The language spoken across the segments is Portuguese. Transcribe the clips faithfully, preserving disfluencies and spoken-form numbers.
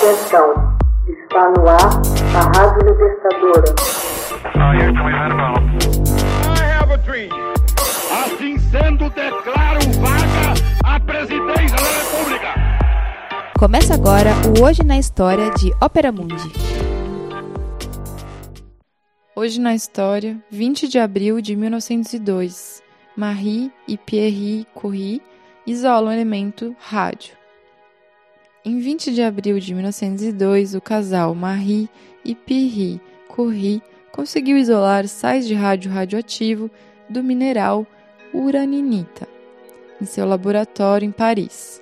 Atenção, está no ar a Rádio Libertadora. Assim sendo, declaro vaga a presidência da República. Começa agora o Hoje na História de Ópera Mundi. Hoje na História, vinte de abril de mil novecentos e dois, Marie e Pierre Curie isolam o elemento rádio. Em vinte de abril de mil novecentos e dois, o casal Marie e Pierre Curie conseguiu isolar sais de rádio radioativo do mineral uraninita em seu laboratório em Paris.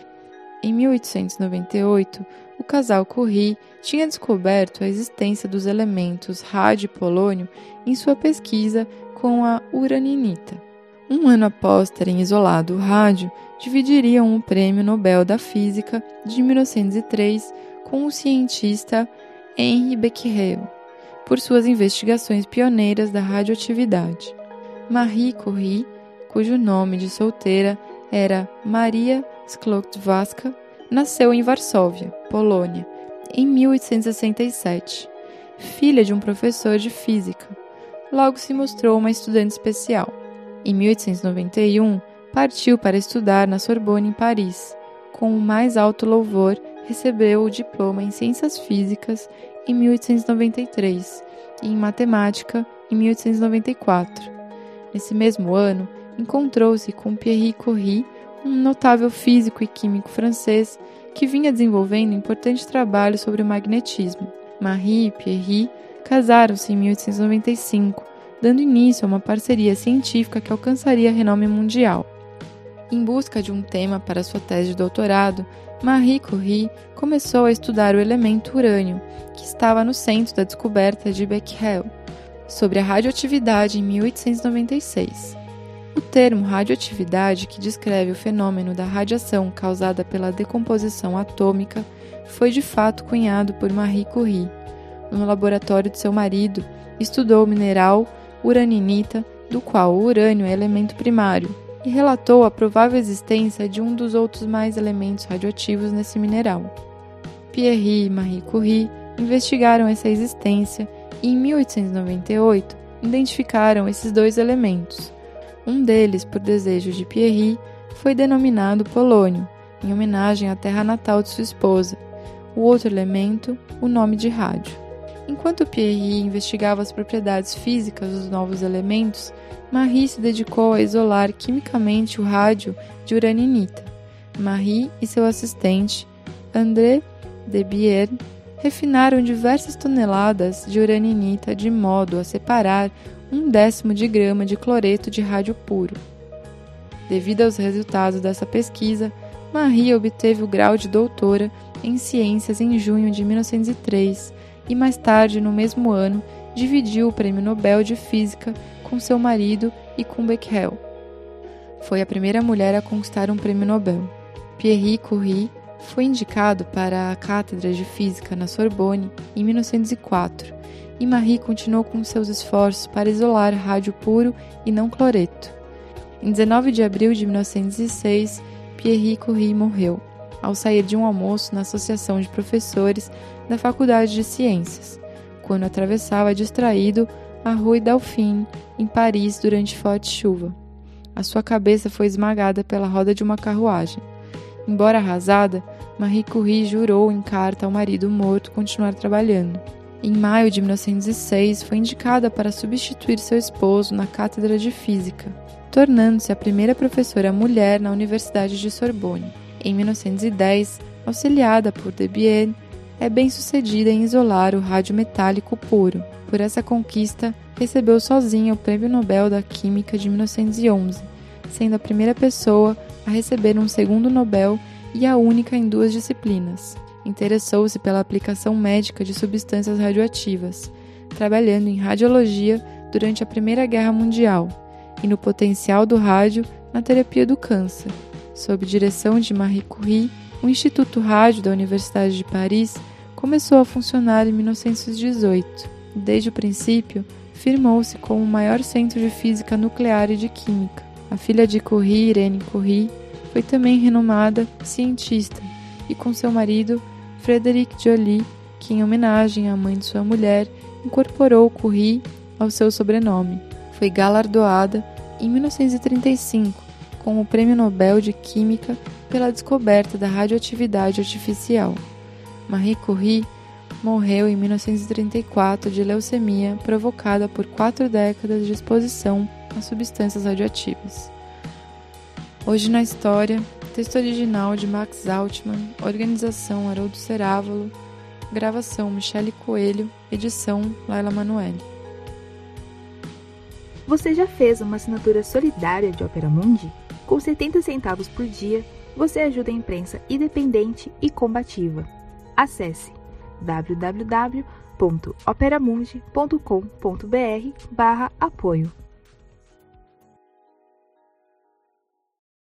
Em mil oitocentos e noventa e oito, o casal Curie tinha descoberto a existência dos elementos rádio e polônio em sua pesquisa com a uraninita. Um ano após terem isolado o rádio, dividiriam o Prêmio Nobel da Física de mil novecentos e três com o cientista Henri Becquerel, por suas investigações pioneiras da radioatividade. Marie Curie, cujo nome de solteira era Maria Sklodowska, nasceu em Varsóvia, Polônia, em mil oitocentos e sessenta e sete. Filha de um professor de física, logo se mostrou uma estudante especial. Em mil oitocentos e noventa e um, partiu para estudar na Sorbonne, em Paris. Com o mais alto louvor, recebeu o diploma em Ciências Físicas em mil oitocentos e noventa e três e em Matemática em mil oitocentos e noventa e quatro. Nesse mesmo ano, encontrou-se com Pierre Curie, um notável físico e químico francês que vinha desenvolvendo importante trabalho sobre o magnetismo. Marie e Pierre casaram-se em mil oitocentos e noventa e cinco, dando início a uma parceria científica que alcançaria renome mundial. Em busca de um tema para sua tese de doutorado, Marie Curie começou a estudar o elemento urânio, que estava no centro da descoberta de Becquerel, sobre a radioatividade em mil oitocentos e noventa e seis. O termo radioatividade, que descreve o fenômeno da radiação causada pela decomposição atômica, foi de fato cunhado por Marie Curie. No laboratório de seu marido, estudou o mineral uraninita, do qual o urânio é elemento primário, e relatou a provável existência de um dos outros mais elementos radioativos nesse mineral. Pierre e Marie Curie investigaram essa existência e, em mil oitocentos e noventa e oito, identificaram esses dois elementos. Um deles, por desejo de Pierre, foi denominado polônio, em homenagem à terra natal de sua esposa. O outro elemento, o nome de rádio. Enquanto Pierre investigava as propriedades físicas dos novos elementos, Marie se dedicou a isolar quimicamente o rádio de uraninita. Marie e seu assistente, André Debierne, refinaram diversas toneladas de uraninita de modo a separar um décimo de grama de cloreto de rádio puro. Devido aos resultados dessa pesquisa, Marie obteve o grau de doutora em ciências em junho de mil novecentos e três e mais tarde, no mesmo ano, dividiu o Prêmio Nobel de Física com seu marido e com Becquerel. Foi a primeira mulher a conquistar um prêmio Nobel. Pierre Curie foi indicado para a Cátedra de Física na Sorbonne em mil novecentos e quatro, e Marie continuou com seus esforços para isolar rádio puro e não cloreto. Em dezenove de abril de mil novecentos e seis, Pierre Curie morreu, ao sair de um almoço na Associação de Professores da Faculdade de Ciências, quando atravessava distraído a Rue Dauphine, em Paris, durante forte chuva. A sua cabeça foi esmagada pela roda de uma carruagem. Embora arrasada, Marie Curie jurou em carta ao marido morto continuar trabalhando. Em maio de mil novecentos e seis, foi indicada para substituir seu esposo na Cátedra de Física, tornando-se a primeira professora mulher na Universidade de Sorbonne. Em mil novecentos e dez, auxiliada por Debierne, é bem-sucedida em isolar o rádio metálico puro. Por essa conquista, recebeu sozinha o Prêmio Nobel da Química de mil novecentos e onze, sendo a primeira pessoa a receber um segundo Nobel e a única em duas disciplinas. Interessou-se pela aplicação médica de substâncias radioativas, trabalhando em radiologia durante a Primeira Guerra Mundial e no potencial do rádio na terapia do câncer. Sob direção de Marie Curie, o Instituto Rádio da Universidade de Paris começou a funcionar em mil novecentos e dezoito. Desde o princípio, firmou-se como o maior centro de física nuclear e de química. A filha de Curie, Irene Curie, foi também renomada cientista e, com seu marido, Frederic Joly, que em homenagem à mãe de sua mulher, incorporou Curie ao seu sobrenome. Foi galardoada em mil novecentos e trinta e cinco com o Prêmio Nobel de Química pela descoberta da radioatividade artificial. Marie Curie morreu em mil novecentos e trinta e quatro de leucemia provocada por quatro décadas de exposição a substâncias radioativas. Hoje na História, texto original de Max Altman, organização Haroldo Cerávolo, gravação Michele Coelho, edição Laila Manoeli. Você já fez uma assinatura solidária de Opera Mundi? Com setenta centavos por dia, você ajuda a imprensa independente e combativa. Acesse w w w ponto operamundi ponto com ponto b r barra apoio.